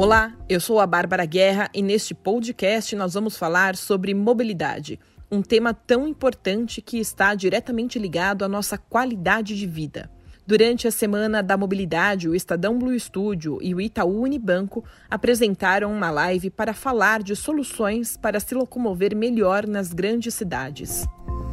Olá, eu sou a Bárbara Guerra e neste podcast nós vamos falar sobre mobilidade, um tema tão importante que está diretamente ligado à nossa qualidade de vida. Durante a Semana da Mobilidade, o Estadão Blue Studio e o Itaú Unibanco apresentaram uma live para falar de soluções para se locomover melhor nas grandes cidades.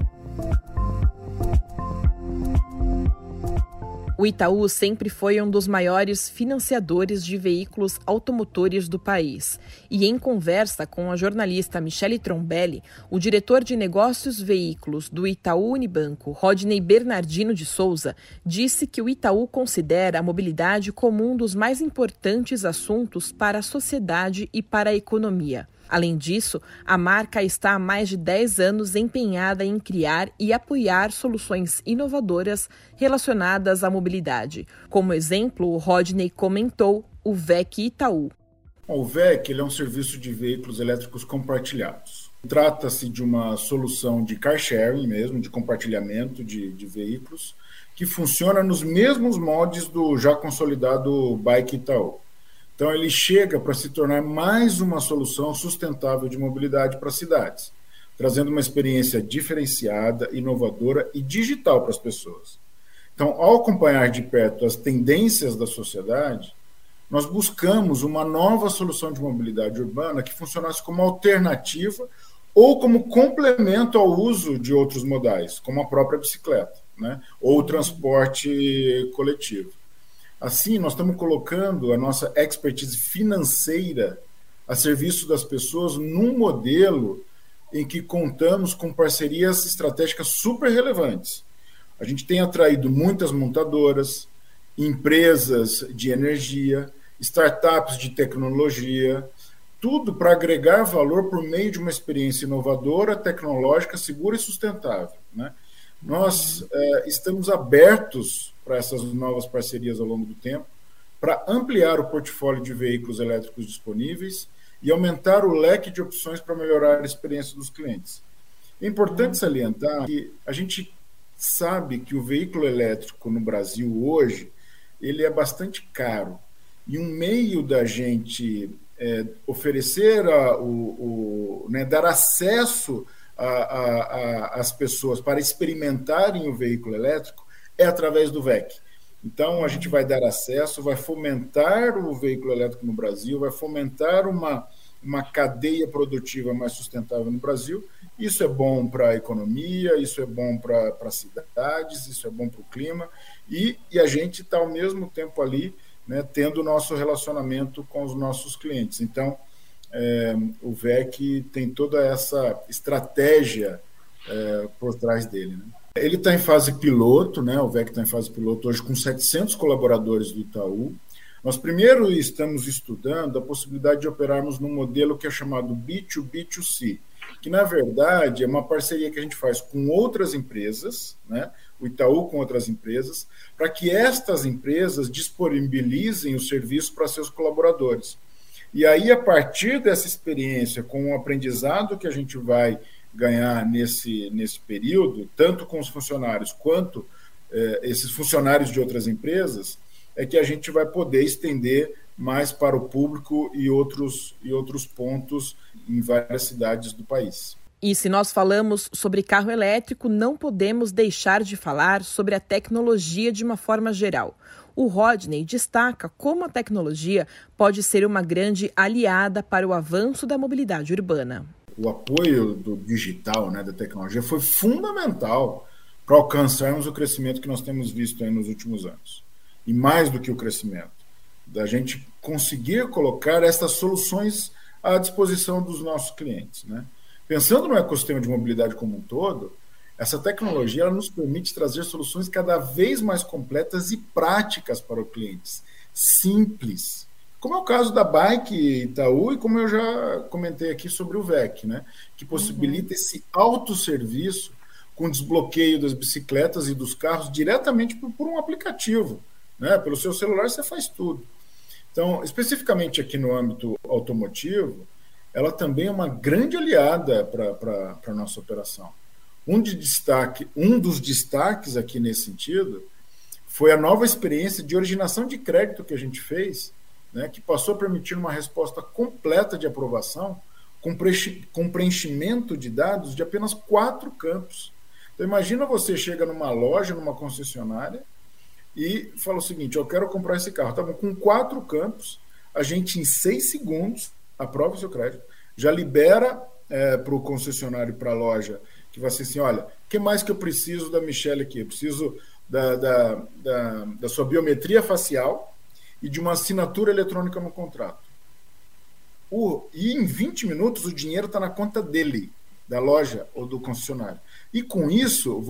O Itaú sempre foi um dos maiores financiadores de veículos automotores do país. E em conversa com a jornalista Michele Trombelli, o diretor de negócios veículos do Itaú Unibanco, Rodney Bernardino de Souza, disse que o Itaú considera a mobilidade como um dos mais importantes assuntos para a sociedade e para a economia. Além disso, a marca está há mais de 10 anos empenhada em criar e apoiar soluções inovadoras relacionadas à mobilidade. Como exemplo, o Rodney comentou o VEC Itaú. O VEC ele é um serviço de veículos elétricos compartilhados. Trata-se de uma solução de car sharing mesmo, de compartilhamento de veículos, que funciona nos mesmos moldes do já consolidado Bike Itaú. Então, ele chega para se tornar mais uma solução sustentável de mobilidade para as cidades, trazendo uma experiência diferenciada, inovadora e digital para as pessoas. Então, ao acompanhar de perto as tendências da sociedade, nós buscamos uma nova solução de mobilidade urbana que funcionasse como alternativa ou como complemento ao uso de outros modais, como a própria bicicleta, né? Ou o transporte coletivo. Assim, nós estamos colocando a nossa expertise financeira a serviço das pessoas num modelo em que contamos com parcerias estratégicas super relevantes. A gente tem atraído muitas montadoras, empresas de energia, startups de tecnologia, tudo para agregar valor por meio de uma experiência inovadora, tecnológica, segura e sustentável, né? Nós estamos abertos para essas novas parcerias ao longo do tempo, para ampliar o portfólio de veículos elétricos disponíveis e aumentar o leque de opções para melhorar a experiência dos clientes. É importante salientar que a gente sabe que o veículo elétrico no Brasil hoje ele é bastante caro. E um meio da gente oferecer, dar acesso as pessoas para experimentarem o veículo elétrico é através do VEC. Então, a gente vai dar acesso, vai fomentar o veículo elétrico no Brasil, vai fomentar uma cadeia produtiva mais sustentável no Brasil. Isso é bom para a economia, isso é bom para as cidades, isso é bom para o clima, e a gente está, ao mesmo tempo, ali, né, tendo o nosso relacionamento com os nossos clientes. Então, o VEC tem toda essa estratégia por trás dele, né? Ele está em fase piloto, né? O VEC está em fase piloto hoje com 700 colaboradores do Itaú. Nós primeiro estamos estudando a possibilidade de operarmos num modelo que é chamado B2B2C, que na verdade é uma parceria que a gente faz com outras empresas, né? O Itaú com outras empresas, para que estas empresas disponibilizem o serviço para seus colaboradores. E aí, a partir dessa experiência, com o aprendizado que a gente vai ganhar nesse período, tanto com os funcionários quanto esses funcionários de outras empresas, é que a gente vai poder estender mais para o público e outros pontos em várias cidades do país. E se nós falamos sobre carro elétrico, não podemos deixar de falar sobre a tecnologia de uma forma geral. O Rodney destaca como a tecnologia pode ser uma grande aliada para o avanço da mobilidade urbana. O apoio do digital, né, da tecnologia, foi fundamental para alcançarmos o crescimento que nós temos visto aí nos últimos anos. E mais do que o crescimento, da gente conseguir colocar essas soluções à disposição dos nossos clientes, né? Pensando no ecossistema de mobilidade como um todo, essa tecnologia ela nos permite trazer soluções cada vez mais completas e práticas para os clientes, simples, como é o caso da Bike Itaú e como eu já comentei aqui sobre o VEC, né? Que possibilita esse autosserviço com desbloqueio das bicicletas e dos carros diretamente por um aplicativo, né? Pelo seu celular você faz tudo. Então, especificamente aqui no âmbito automotivo, ela também é uma grande aliada para a nossa operação. Um dos destaques aqui nesse sentido foi a nova experiência de originação de crédito que a gente fez né, que passou a permitir uma resposta completa de aprovação com preenchimento de dados de apenas 4 campos. Então, imagina você chega numa loja, numa concessionária, e fala o seguinte: eu quero comprar esse carro. Tá bom, com 4 campos, a gente em 6 segundos aprova o seu crédito, já libera para o concessionário, para a loja, que vai ser assim: olha, o que mais que eu preciso da Michelle aqui? Eu preciso da sua biometria facial e de uma assinatura eletrônica no contrato. E em 20 minutos o dinheiro está na conta dele, da loja ou do concessionário. E com isso,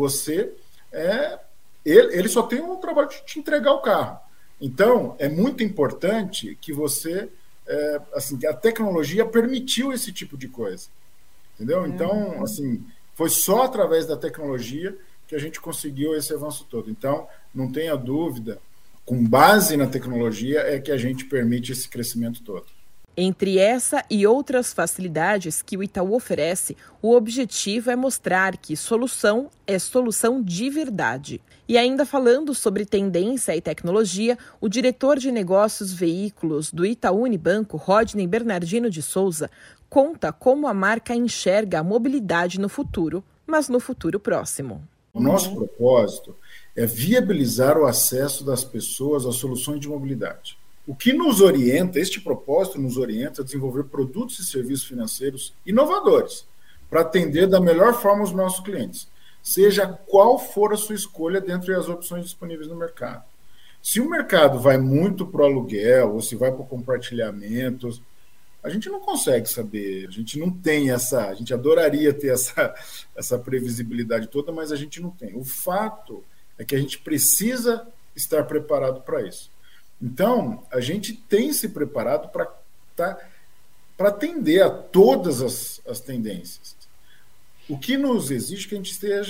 ele só tem o trabalho de te entregar o carro. Então, é muito importante que você, que a tecnologia permitiu esse tipo de coisa. Entendeu? Então, assim, foi só através da tecnologia que a gente conseguiu esse avanço todo. Então, não tenha dúvida, com base na tecnologia é que a gente permite esse crescimento todo. Entre essa e outras facilidades que o Itaú oferece, o objetivo é mostrar que solução é solução de verdade. E ainda falando sobre tendência e tecnologia, o diretor de negócios veículos do Itaú Unibanco, Rodney Bernardino de Souza, conta como a marca enxerga a mobilidade no futuro, mas no futuro próximo. O nosso propósito é viabilizar o acesso das pessoas às soluções de mobilidade. O que nos orienta, este propósito nos orienta a desenvolver produtos e serviços financeiros inovadores para atender da melhor forma os nossos clientes, seja qual for a sua escolha dentre as opções disponíveis no mercado. Se o mercado vai muito para o aluguel ou se vai para o compartilhamento, a gente não consegue saber, a gente não tem a gente adoraria ter essa previsibilidade toda, mas a gente não tem. O fato é que a gente precisa estar preparado para isso. Então, a gente tem se preparado para atender a todas as tendências. O que nos exige que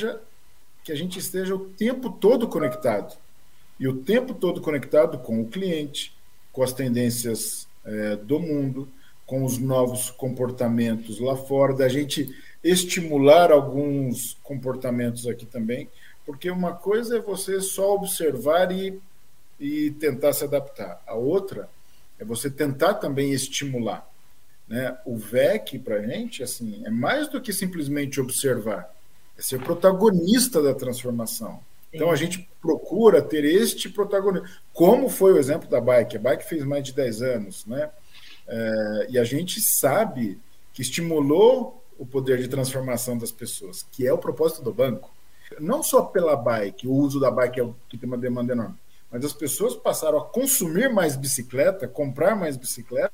a gente esteja o tempo todo conectado. E o tempo todo conectado com o cliente, com as tendências do mundo, com os novos comportamentos lá fora, da gente estimular alguns comportamentos aqui também, porque uma coisa é você só observar e tentar se adaptar. A outra é você tentar também estimular, né? O VEC, para a gente, assim, é mais do que simplesmente observar, é ser protagonista da transformação. Então, a gente procura ter este protagonismo, como foi o exemplo da Bike. A Bike fez mais de 10 anos, né? E a gente sabe que estimulou o poder de transformação das pessoas, que é o propósito do banco. Não só pela Bike, o uso da Bike é o que tem uma demanda enorme, mas as pessoas passaram a consumir mais bicicleta, comprar mais bicicleta,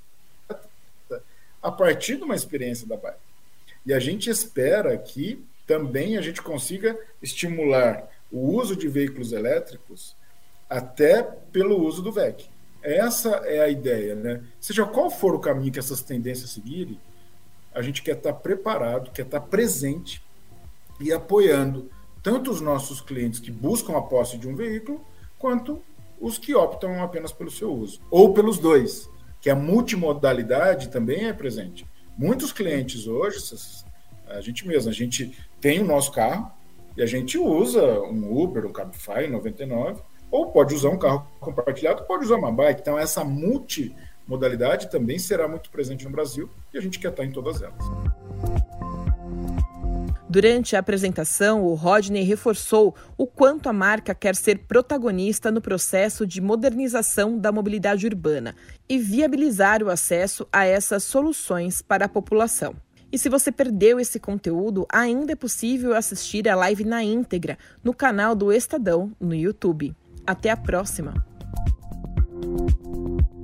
a partir de uma experiência da Bike. E a gente espera que também a gente consiga estimular o uso de veículos elétricos até pelo uso do VEC. Essa é a ideia, né? Seja qual for o caminho que essas tendências seguirem, a gente quer estar preparado, quer estar presente e apoiando tanto os nossos clientes que buscam a posse de um veículo, quanto os que optam apenas pelo seu uso. Ou pelos dois, que a multimodalidade também é presente. Muitos clientes hoje, a gente tem o nosso carro e a gente usa um Uber, um Cabify 99, ou pode usar um carro compartilhado, pode usar uma bike. Então, essa multimodalidade também será muito presente no Brasil e a gente quer estar em todas elas. Durante a apresentação, o Rodney reforçou o quanto a marca quer ser protagonista no processo de modernização da mobilidade urbana e viabilizar o acesso a essas soluções para a população. E se você perdeu esse conteúdo, ainda é possível assistir a live na íntegra no canal do Estadão no YouTube. Até a próxima!